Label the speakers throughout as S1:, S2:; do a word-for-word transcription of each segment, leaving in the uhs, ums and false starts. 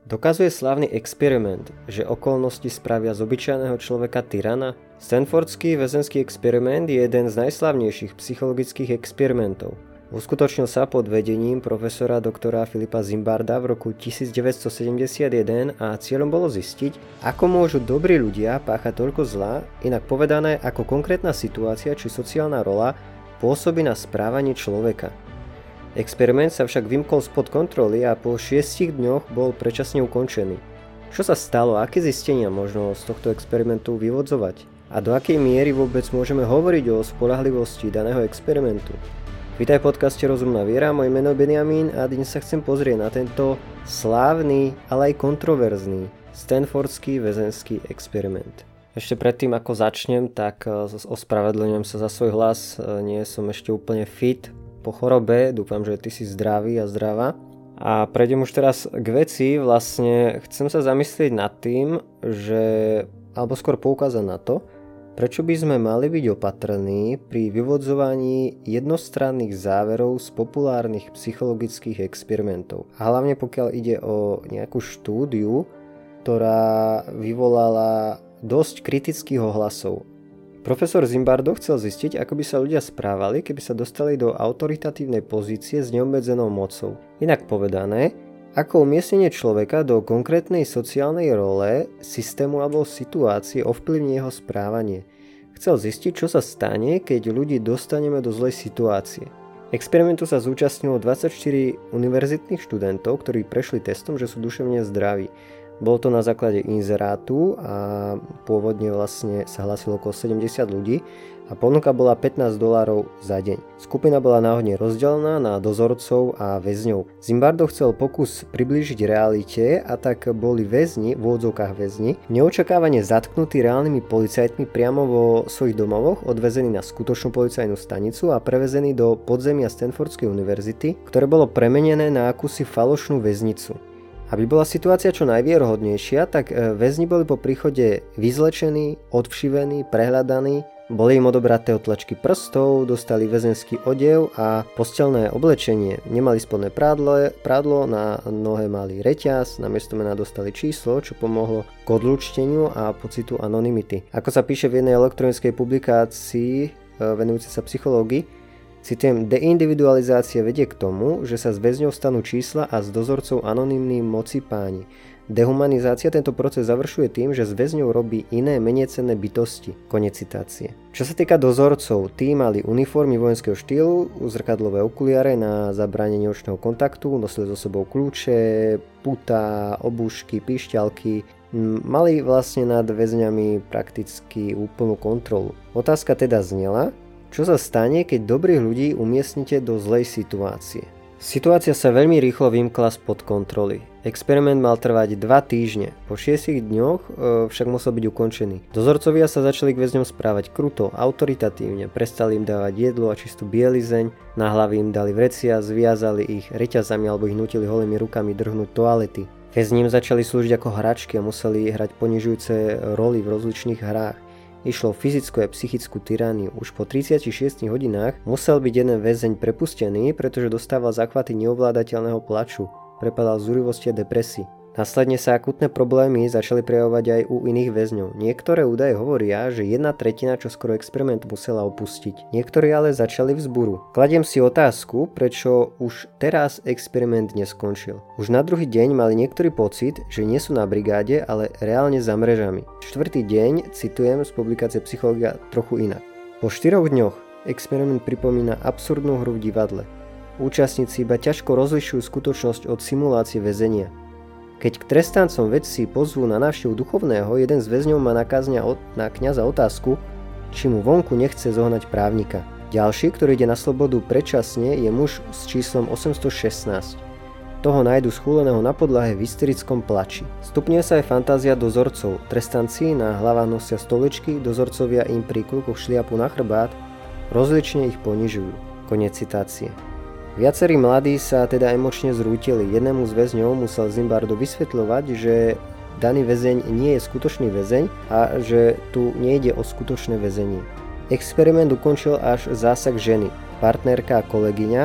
S1: Dokazuje slávny experiment, že okolnosti spravia z obyčajného človeka tyrana? Stanfordský väzenský experiment je jeden z najslávnejších psychologických experimentov. Uskutočnil sa pod vedením profesora doktora Philipa Zimbarda v roku devätnásťsedemdesiatjeden a cieľom bolo zistiť, ako môžu dobrí ľudia páchať toľko zla, inak povedané ako konkrétna situácia či sociálna rola pôsobí na správanie človeka. Experiment sa však vymkol spod kontroly a po šiestich dňoch bol predčasne ukončený. Čo sa stalo, aké zistenia možno z tohto experimentu vyvodzovať? A do akej miery vôbec môžeme hovoriť o spoľahlivosti daného experimentu? Vítaj v podcaste Rozumná viera, moje meno je Benjamín a dnes sa chcem pozrieť na tento slávny, ale aj kontroverzný stanfordský väzenský experiment. Ešte predtým, ako začnem, tak ospravedlňujem sa za svoj hlas, nie som ešte úplne fit po chorobe, dúfam, že ty si zdravý a zdravá. A prejdem už teraz k veci, vlastne chcem sa zamyslieť nad tým, že, alebo skôr poukázať na to, prečo by sme mali byť opatrní pri vyvodzovaní jednostranných záverov z populárnych psychologických experimentov. A hlavne pokiaľ ide o nejakú štúdiu, ktorá vyvolala dosť kritických ohlasov. Profesor Zimbardo chcel zistiť, ako by sa ľudia správali, keby sa dostali do autoritatívnej pozície s neobmedzenou mocou. Inak povedané, ako umiestnenie človeka do konkrétnej sociálnej role, systému alebo situácie ovplyvní jeho správanie. Chcel zistiť, čo sa stane, keď ľudí dostaneme do zlej situácie. Experimentu sa zúčastnilo dvadsaťštyri univerzitných študentov, ktorí prešli testom, že sú duševne zdraví. Bolo to na základe inzerátu a pôvodne vlastne sa hlasilo okolo sedemdesiat ľudí a ponuka bola pätnásť dolárov za deň. Skupina bola náhodne rozdelená na dozorcov a väzňov. Zimbardo chcel pokus priblížiť realite a tak boli väzni, v úvodzovkách väzni, neočakávane zatknutí reálnymi policajtmi priamo vo svojich domovoch, odvezení na skutočnú policajnú stanicu a prevezení do podzemia Stanfordskej univerzity, ktoré bolo premenené na akúsi falošnú väznicu. Aby bola situácia čo najvierohodnejšia, tak väzni boli po príchode vyzlečení, odvšivení, prehľadaní, boli im odobraté otlačky prstov, dostali väzenský odev a posteľné oblečenie. Nemali spodné prádlo, prádlo, na nohe mali reťaz, namiesto mena dostali číslo, čo pomohlo k odlúčteniu a pocitu anonymity. Ako sa píše v jednej elektronickej publikácii venujúcej sa psychológii, citujem, deindividualizácia vedie k tomu, že sa z väzňov stanú čísla a z dozorcov anonymní moci páni. Dehumanizácia tento proces završuje tým, že z väzňov robí iné, menej cenné bytosti. Koniec citácie. Čo sa týka dozorcov, tí mali uniformy vojenského štýlu, zrkadlové okuliare na zabránenie očného kontaktu, nosili so sebou kľúče, putá, obúšky, píšťalky. Mali vlastne nad väzňami prakticky úplnú kontrolu. Otázka teda znela, čo sa stane, keď dobrých ľudí umiestnite do zlej situácie? Situácia sa veľmi rýchlo vymkla spod kontroly. Experiment mal trvať dva týždne. Po šiestich dňoch e, však musel byť ukončený. Dozorcovia sa začali k väzňom správať kruto, autoritatívne, prestali im dávať jedlo a čistú bielizeň, na hlavy im dali vrecia, zviazali ich reťazami alebo ich nutili holými rukami drhnúť toalety. Väzni im začali slúžiť ako hračky a museli hrať ponižujúce roly v rozličných hrách. Išlo o fyzickú a psychickú tyrániu. Už po tridsiatich šiestich hodinách musel byť jeden väzeň prepustený, pretože dostával záchvaty neovládateľného plaču, prepadal zúrivosti a depresii. Následne sa akútne problémy začali prejavovať aj u iných väzňov. Niektoré údaje hovoria, že jedna tretina čo skoro experiment musela opustiť. Niektorí ale začali vzburu. Kladiem si otázku, prečo už teraz experiment neskončil. Už na druhý deň mali niektorí pocit, že nie sú na brigáde, ale reálne za mrežami. Štvrtý deň, citujem z publikácie Psychológia trochu inak. Po štyroch dňoch experiment pripomína absurdnú hru v divadle. Účastníci iba ťažko rozlišujú skutočnosť od simulácie väzenia. Keď k trestancom vedci pozvú na návštevu duchovného, jeden z väzňov má na, kázňa, na kňaza otázku, či mu vonku nechce zohnať právnika. Ďalší, ktorý ide na slobodu predčasne, je muž s číslom osemstošestnásť. Toho nájdu schúleného na podlahe v hysterickom plači. Stupňuje sa aj fantázia dozorcov. Trestanci na hlavách nosia stoličky, dozorcovia im pri kľúkoch šliapu na chrbát, rozlične ich ponižujú. Koniec citácie. Viacerí mladí sa teda emočne zrútili. Jednému z väzňov musel Zimbardo vysvetľovať, že daný väzeň nie je skutočný väzeň a že tu nejde o skutočné väzenie. Experiment ukončil až zásah ženy, partnerka a kolegyňa,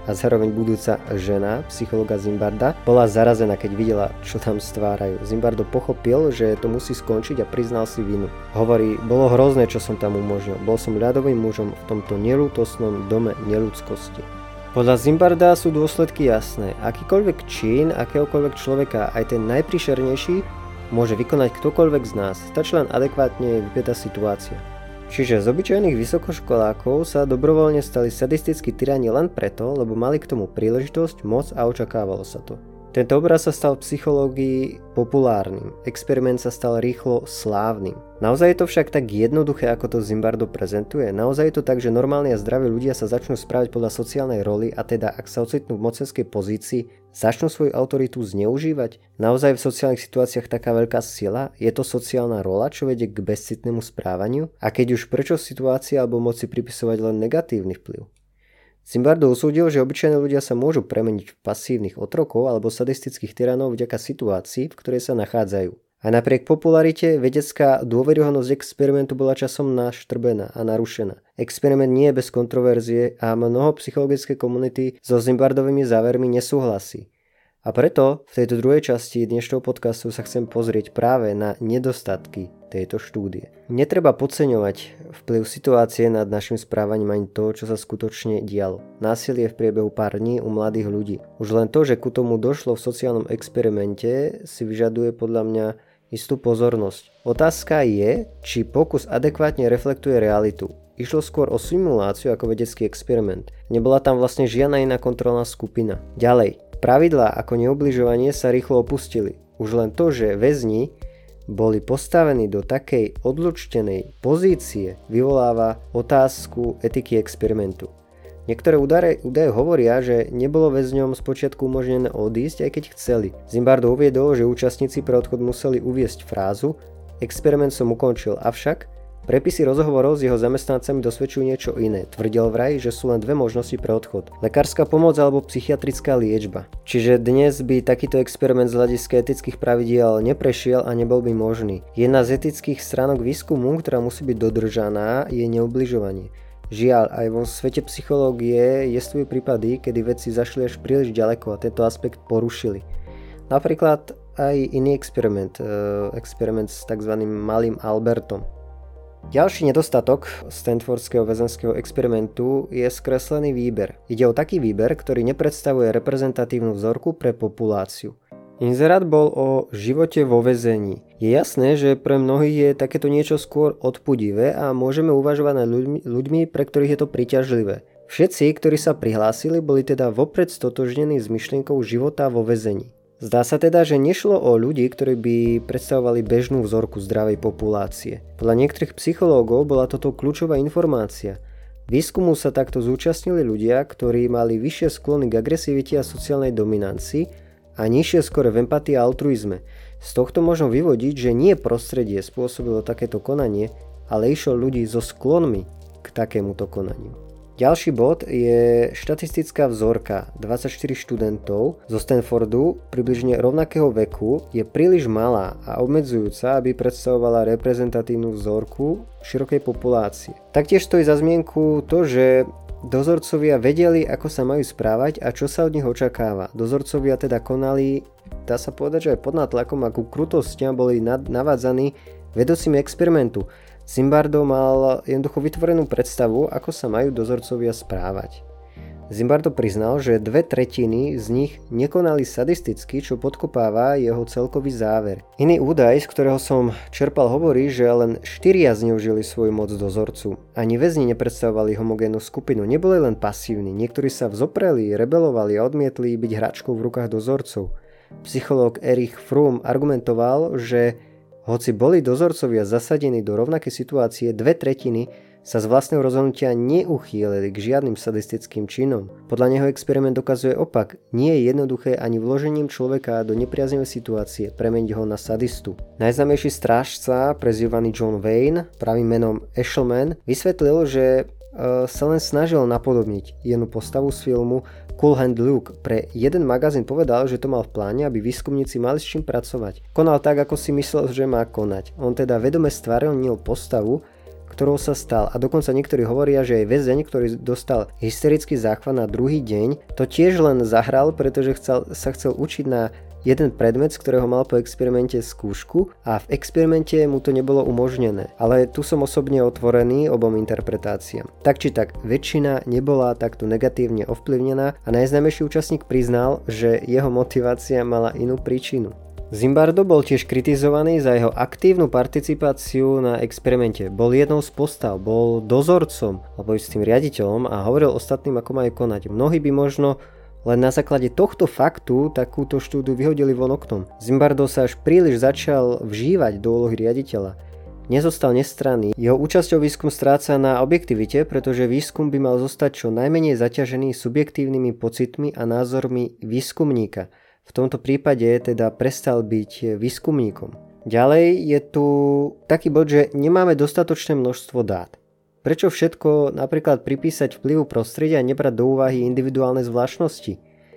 S1: a zároveň budúca žena, psychologa Zimbarda, bola zarazená, keď videla, čo tam stvárajú. Zimbardo pochopil, že to musí skončiť a priznal si vinu. Hovorí, bolo hrozné, čo som tam umožnil. Bol som ľadovým mužom v tomto neľútostnom dome neľudskosti. Podľa Zimbarda sú dôsledky jasné. Akýkoľvek čin, akéhokoľvek človeka, aj ten najpríšernejší, môže vykonať ktokoľvek z nás. Stačí len adekvátne vypätá situácia. Čiže z obyčajných vysokoškolákov sa dobrovoľne stali sadistickí tyrani len preto, lebo mali k tomu príležitosť, moc a očakávalo sa to. Tento obraz sa stal v psychológii populárnym, experiment sa stal rýchlo slávnym. Naozaj je to však tak jednoduché, ako to Zimbardo prezentuje? Naozaj je to tak, že normálni a zdraví ľudia sa začnú správať podľa sociálnej roli a teda ak sa ocitnú v mocenskej pozícii, začnú svoju autoritu zneužívať? Naozaj v sociálnych situáciách taká veľká sila? Je to sociálna rola, čo vedie k bezcitnému správaniu? A keď už, prečo situácia alebo moci pripisovať len negatívny vplyv? Zimbardo usúdil, že obyčajní ľudia sa môžu premeniť v pasívnych otrokov alebo sadistických tyranov vďaka situácii, v ktorej sa nachádzajú. A napriek popularite vedecká dôveryhodnosť experimentu bola časom naštrbená a narušená. Experiment nie je bez kontroverzie a mnoho psychologické komunity so Zimbardovými závermi nesúhlasí. A preto v tejto druhej časti dnešného podcastu sa chcem pozrieť práve na nedostatky tejto štúdie. Netreba podceňovať vplyv situácie nad našim správaním ani to, čo sa skutočne dialo. Násilie v priebehu pár dní u mladých ľudí. Už len to, že ku tomu došlo v sociálnom experimente, si vyžaduje podľa mňa istú pozornosť. Otázka je, či pokus adekvátne reflektuje realitu. Išlo skôr o simuláciu ako vedecký experiment. Nebola tam vlastne žiadna iná kontrolná skupina. Ďalej. Pravidlá ako neubližovanie sa rýchlo opustili. Už len to, že väzni boli postavení do takej odlučtenej pozície, vyvoláva otázku etiky experimentu. Niektoré údaje, údaje hovoria, že nebolo väzňom spočiatku umožnené odísť, aj keď chceli. Zimbardo uviedol, že účastníci pre odchod museli uviesť frázu experiment som ukončil, avšak prepisy rozhovorov s jeho zamestnancami dosvedčujú niečo iné. Tvrdil vraj, že sú len dve možnosti pre odchod. Lekárska pomoc alebo psychiatrická liečba. Čiže dnes by takýto experiment z hľadiska etických pravidiel neprešiel a nebol by možný. Jedna z etických stránok výskumu, ktorá musí byť dodržaná, je neubližovanie. Žiaľ, aj vo svete psychológie existujú prípady, kedy vedci zašli až príliš ďaleko a tento aspekt porušili. Napríklad aj iný experiment, experiment s tzv. Malým Albertom. Ďalší nedostatok stanfordského väzenského experimentu je skreslený výber. Ide o taký výber, ktorý nepredstavuje reprezentatívnu vzorku pre populáciu. Inzerát bol o živote vo väzení. Je jasné, že pre mnohých je takéto niečo skôr odpudivé a môžeme uvažovať nad ľuďmi, ľuďmi, pre ktorých je to príťažlivé. Všetci, ktorí sa prihlásili, boli teda vopred stotožnení s myšlienkou života vo väzení. Zdá sa teda, že nešlo o ľudí, ktorí by predstavovali bežnú vzorku zdravej populácie. Podľa niektorých psychológov bola toto kľúčová informácia. Výskumu sa takto zúčastnili ľudia, ktorí mali vyššie sklony k agresivite a sociálnej dominancii a nižšie skore v empatii a altruizme. Z tohto možno vyvodiť, že nie prostredie spôsobilo takéto konanie, ale išlo ľudí so sklonmi k takémuto konaniu. Ďalší bod je štatistická vzorka. dvadsaťštyri študentov zo Stanfordu približne rovnakého veku je príliš malá a obmedzujúca, aby predstavovala reprezentatívnu vzorku širokej populácie. Taktiež stojí za zmienku to, že dozorcovia vedeli, ako sa majú správať a čo sa od nich očakáva. Dozorcovia teda konali, dá sa povedať, že aj pod nátlakom a ku krutostiam boli navádzaní vedúcimi experimentu. Zimbardo mal jednoducho vytvorenú predstavu, ako sa majú dozorcovia správať. Zimbardo priznal, že dve tretiny z nich nekonali sadisticky, čo podkopáva jeho celkový záver. Iný údaj, z ktorého som čerpal, hovorí, že len štyria zneužili svoju moc dozorcu. Ani väzni nepredstavovali homogénnu skupinu, neboli len pasívni, niektorí sa vzopreli, rebelovali a odmietli byť hračkou v rukách dozorcov. Psychológ Erich Fromm argumentoval, že hoci boli dozorcovia zasadení do rovnakej situácie, dve tretiny sa z vlastného rozhodnutia neuchýlili k žiadnym sadistickým činom. Podľa neho experiment dokazuje opak. Nie je jednoduché ani vložením človeka do nepriaznivej situácie premeniť ho na sadistu. Najznámejší strážca, prezývaný John Wayne, pravým menom Eshelman, vysvetlil, že uh, sa len snažil napodobniť jednu postavu z filmu Cool Hand Luke. Pre jeden magazín povedal, že to mal v pláne, aby výskumníci mali s čím pracovať. Konal tak, ako si myslel, že má konať. On teda vedome stvárnil postavu, ktorou sa stal. A dokonca niektorí hovoria, že aj väzeň, ktorý dostal hysterický záchvat na druhý deň, to tiež len zahral, pretože chcel, sa chcel učiť na jeden predmet, z ktorého mal po experimente skúšku a v experimente mu to nebolo umožnené. Ale tu som osobne otvorený obom interpretáciám. Tak či tak, väčšina nebola takto negatívne ovplyvnená a najznámejší účastník priznal, že jeho motivácia mala inú príčinu. Zimbardo bol tiež kritizovaný za jeho aktívnu participáciu na experimente. Bol jednou z postav, bol dozorcom alebo istým riaditeľom a hovoril ostatným, ako majú konať. Mnohí by možno len na základe tohto faktu takúto štúdiu vyhodili von oknom. Zimbardo sa až príliš začal vžívať do úlohy riaditeľa. Nezostal nestranný. Jeho účasťou výskum stráca na objektivite, pretože výskum by mal zostať čo najmenej zaťažený subjektívnymi pocitmi a názormi výskumníka. V tomto prípade teda prestal byť výskumníkom. Ďalej je tu taký bod, že nemáme dostatočné množstvo dát. Prečo všetko napríklad pripísať vplyvu prostredia a nebrať do úvahy individuálne zvláštnosti?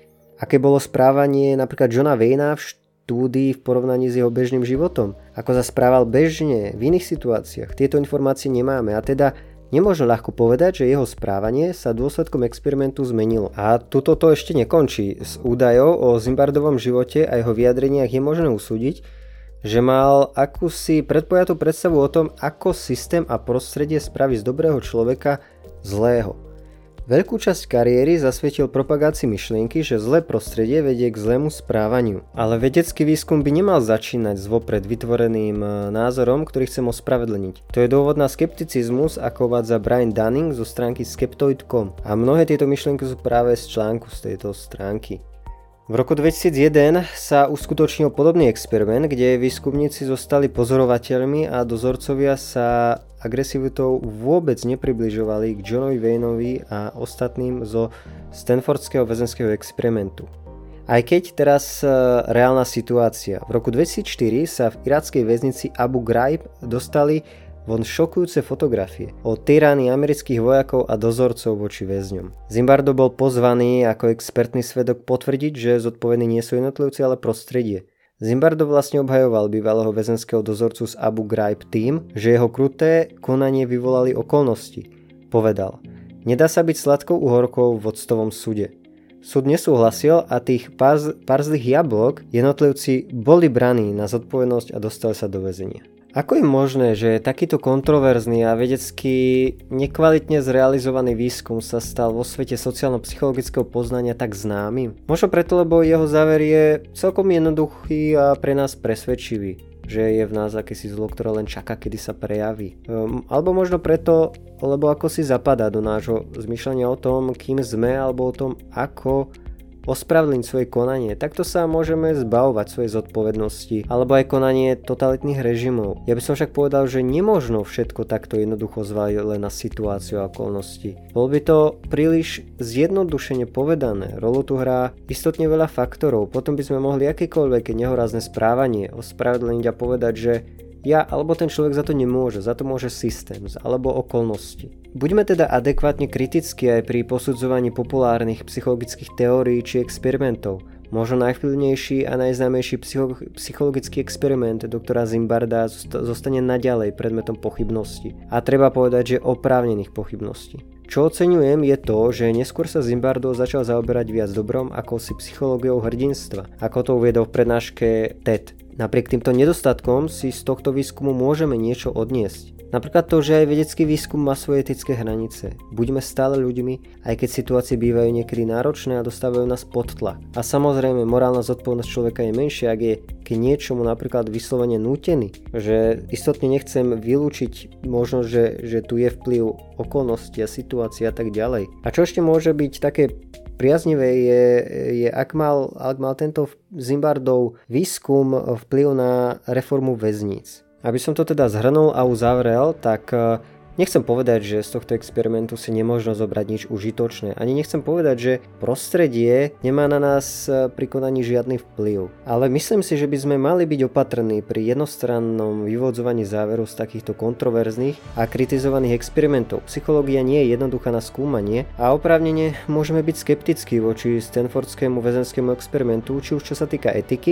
S1: Aké bolo správanie napríklad Johna Wayna v štúdii v porovnaní s jeho bežným životom? Ako sa správal bežne v iných situáciách? Tieto informácie nemáme a teda nemôžno ľahko povedať, že jeho správanie sa dôsledkom experimentu zmenilo. A tuto to ešte nekončí. Z údajov o Zimbardovom živote a jeho vyjadreniach je možné usúdiť, že mal akúsi predpojatú predstavu o tom, ako systém a prostredie spraví z dobrého človeka zlého. Veľkú časť kariéry zasvetil propagácii myšlienky, že zlé prostredie vedie k zlému správaniu. Ale vedecký výskum by nemal začínať s vopred vytvoreným názorom, ktorý chcem ospravedlniť. To je dôvod na skepticizmus, ako uvádza Brian Dunning zo stránky skeptoid bodka com. A mnohé tieto myšlienky sú práve z článku z tejto stránky. V roku dvetisícjeden sa uskutočnil podobný experiment, kde výskumníci zostali pozorovateľmi a dozorcovia sa agresivitou vôbec nepribližovali k Johnovi Waynovi a ostatným zo Stanfordského väzenského experimentu. Aj keď teraz reálna situácia. V roku dvetisícštyri sa v irackej väznici Abu Ghraib dostali von šokujúce fotografie o tyranii amerických vojakov a dozorcov voči väzňom. Zimbardo bol pozvaný ako expertný svedok potvrdiť, že zodpovední nie sú jednotlivci, ale prostredie. Zimbardo vlastne obhajoval bývalého väzenského dozorcu z Abu Ghraib tým, že jeho kruté konanie vyvolali okolnosti. Povedal: nedá sa byť sladkou uhorkou v octovom súde. Súd nesúhlasil a tých pár, pár zlých jablok jednotlivci boli braní na zodpovednosť a dostali sa do väzenia. Ako je možné, že takýto kontroverzný a vedecky nekvalitne zrealizovaný výskum sa stal vo svete sociálno-psychologického poznania tak známym? Možno preto, lebo jeho záver je celkom jednoduchý a pre nás presvedčivý, že je v nás akési zlo, ktoré len čaká, kedy sa prejaví. Um, alebo možno preto, lebo ako si zapadá do nášho zmýšľania o tom, kým sme, alebo o tom, ako ospravedlniť svoje konanie. Takto sa môžeme zbavovať svojej zodpovednosti, alebo aj konanie totalitných režimov. Ja by som však povedal, že nemožno všetko takto jednoducho zvaliť len na situáciu a okolnosti. Bolo by to príliš zjednodušene povedané. Rolu tu hrá istotne veľa faktorov. Potom by sme mohli akékoľvek nehorázne správanie ospravedlniť a povedať, že ja alebo ten človek za to nemôže, za to môže systém alebo okolnosti. Buďme teda adekvátne kritickí aj pri posudzovaní populárnych psychologických teórií či experimentov. Možno najvplyvnejší a najznámejší psycho- psychologický experiment doktora Zimbarda zostane naďalej predmetom pochybností. A treba povedať, že oprávnených pochybností. Čo oceňujem je to, že neskôr sa Zimbardo začal zaoberať viac dobrom ako si psychológiou hrdinstva, ako to uviedol v prednáške TED. Napriek týmto nedostatkom si z tohto výskumu môžeme niečo odniesť. Napríklad to, že aj vedecký výskum má svoje etické hranice. Buďme stále ľuďmi, aj keď situácie bývajú niekedy náročné a dostávajú nás pod tlak. A samozrejme, morálna zodpovednosť človeka je menšia, ak je k niečomu napríklad vyslovene nútený. Že istotne nechcem vylúčiť možnosť, že, že tu je vplyv okolností a situácií a tak ďalej. A čo ešte môže byť také priaznivé je, je ak, mal, ak mal tento Zimbardov výskum vplyv na reformu väzníc. Aby som to teda zhrnul a uzavrel, tak nechcem povedať, že z tohto experimentu si nemôžno zobrať nič užitočné. Ani nechcem povedať, že prostredie nemá na nás pri konaní žiadny vplyv. Ale myslím si, že by sme mali byť opatrní pri jednostrannom vyvodzovaní záverov z takýchto kontroverzných a kritizovaných experimentov. Psychológia nie je jednoduchá na skúmanie a oprávnene môžeme byť skeptickí voči Stanfordskému väzenskému experimentu, či už čo sa týka etiky,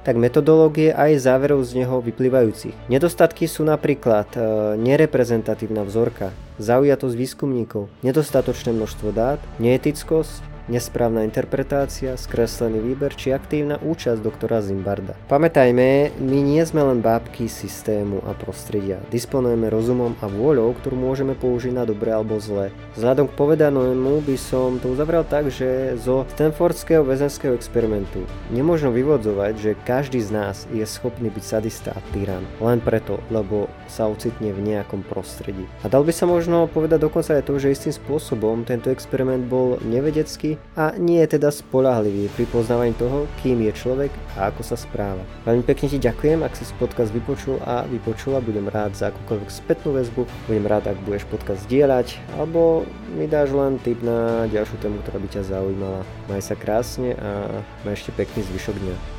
S1: tak metodológie aj záverov z neho vyplývajúcich. Nedostatky sú napríklad e, nereprezentatívna vzorka, zaujatosť výskumníkov, nedostatočné množstvo dát, neetickosť, nesprávna interpretácia, skreslený výber či aktívna účasť doktora Zimbarda. Pamätajme, my nie sme len bábky systému a prostredia. Disponujeme rozumom a vôľou, ktorú môžeme použiť na dobre alebo zlé. Vzhľadom k povedanému by som to uzavrel tak, že zo Stanfordského väzenského experimentu nemožno vyvodzovať, že každý z nás je schopný byť sadista a tyran len preto, lebo sa ocitne v nejakom prostredí. A dal by sa možno povedať dokonca aj to, že istým spôsobom tento experiment bol nevedecký a nie je teda spoľahlivý pri poznávaní toho, kým je človek a ako sa správa. Veľmi pekne ti ďakujem, ak si podcast vypočul a vypočula, budem rád za akúkoľvek spätnú väzbu, budem rád, ak budeš podcast zdieľať, alebo mi dáš len tip na ďalšiu tému, ktorá by ťa zaujímala. Maj sa krásne a maj ešte pekný zvyšok dňa.